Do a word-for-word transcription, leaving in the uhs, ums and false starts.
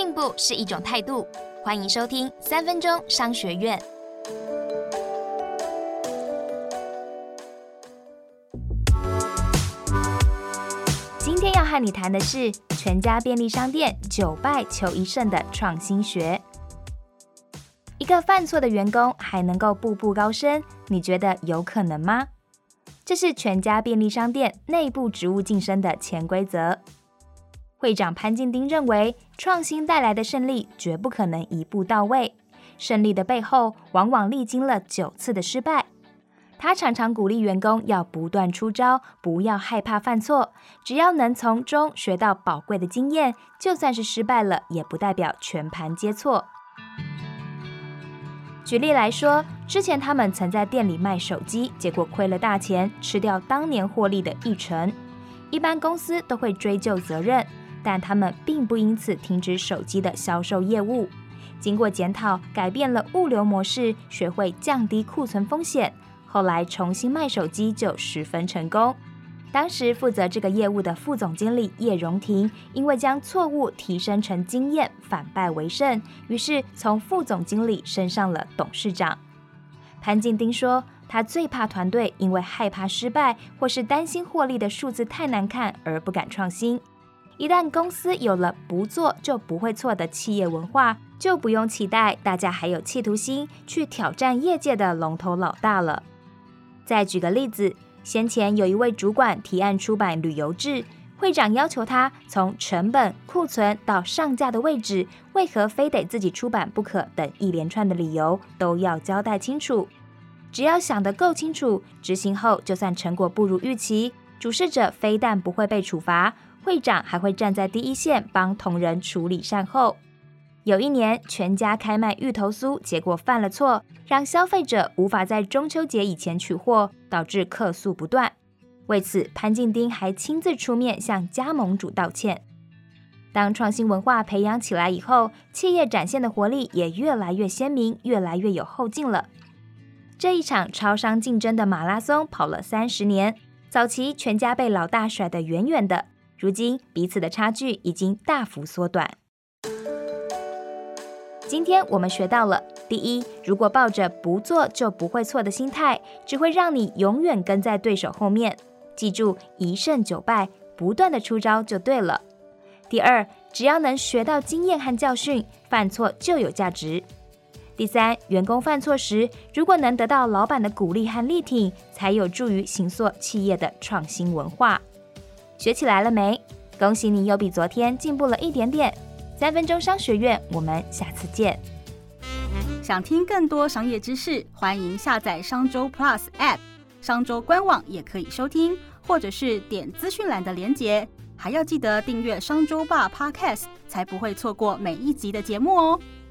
进步是一种态度。欢迎收听三分钟商学院。今天要和你谈的是全家便利商店九败求一胜的创新学。一个犯错的员工还能够步步高升，你觉得有可能吗？这是全家便利商店内部职务晋升的潜规则。会长潘敬丁认为，创新带来的胜利绝不可能一步到位，胜利的背后往往历经了九次的失败。他常常鼓励员工要不断出招，不要害怕犯错，只要能从中学到宝贵的经验，就算是失败了，也不代表全盘皆错。举例来说，之前他们曾在店里卖手机，结果亏了大钱，吃掉当年获利的一成。一般公司都会追究责任，但他们并不因此停止手机的销售业务。经过检讨，改变了物流模式，学会降低库存风险，后来重新卖手机就十分成功。当时负责这个业务的副总经理叶荣廷，因为将错误提升成经验，反败为胜，于是从副总经理升上了董事长。潘敬丁说，他最怕团队因为害怕失败，或是担心获利的数字太难看而不敢创新。一旦公司有了不做就不会错的企业文化，就不用期待大家还有企图心去挑战业界的龙头老大了。再举个例子，先前有一位主管提案出版旅游志，会长要求他从成本、库存到上架的位置，为何非得自己出版不可等一连串的理由都要交代清楚。只要想得够清楚，执行后就算成果不如预期，主事者非但不会被处罚，会长还会站在第一线帮同仁处理善后。有一年，全家开卖芋头酥，结果犯了错，让消费者无法在中秋节以前取货，导致客诉不断。为此，潘敬丁还亲自出面向加盟主道歉。当创新文化培养起来以后，企业展现的活力也越来越鲜明，越来越有后劲了。这一场超商竞争的马拉松跑了三十年，早期全家被老大甩得远远的，如今彼此的差距已经大幅缩短。今天我们学到了，第一，如果抱着不做就不会错的心态，只会让你永远跟在对手后面。记住，一胜九败，不断的出招就对了。第二，只要能学到经验和教训，犯错就有价值。第三，员工犯错时，如果能得到老板的鼓励和力挺，才有助于形塑企业的创新文化。学起来了没？恭喜你又比昨天进步了一点点。三分钟商学院，我们下次见。 想听更多商业知识，欢迎下载商周 Plus App， 商周官网也可以收听，或者是点资讯栏的连结。还要记得订阅商周吧 Podcast， 才不会错过每一集的节目哦。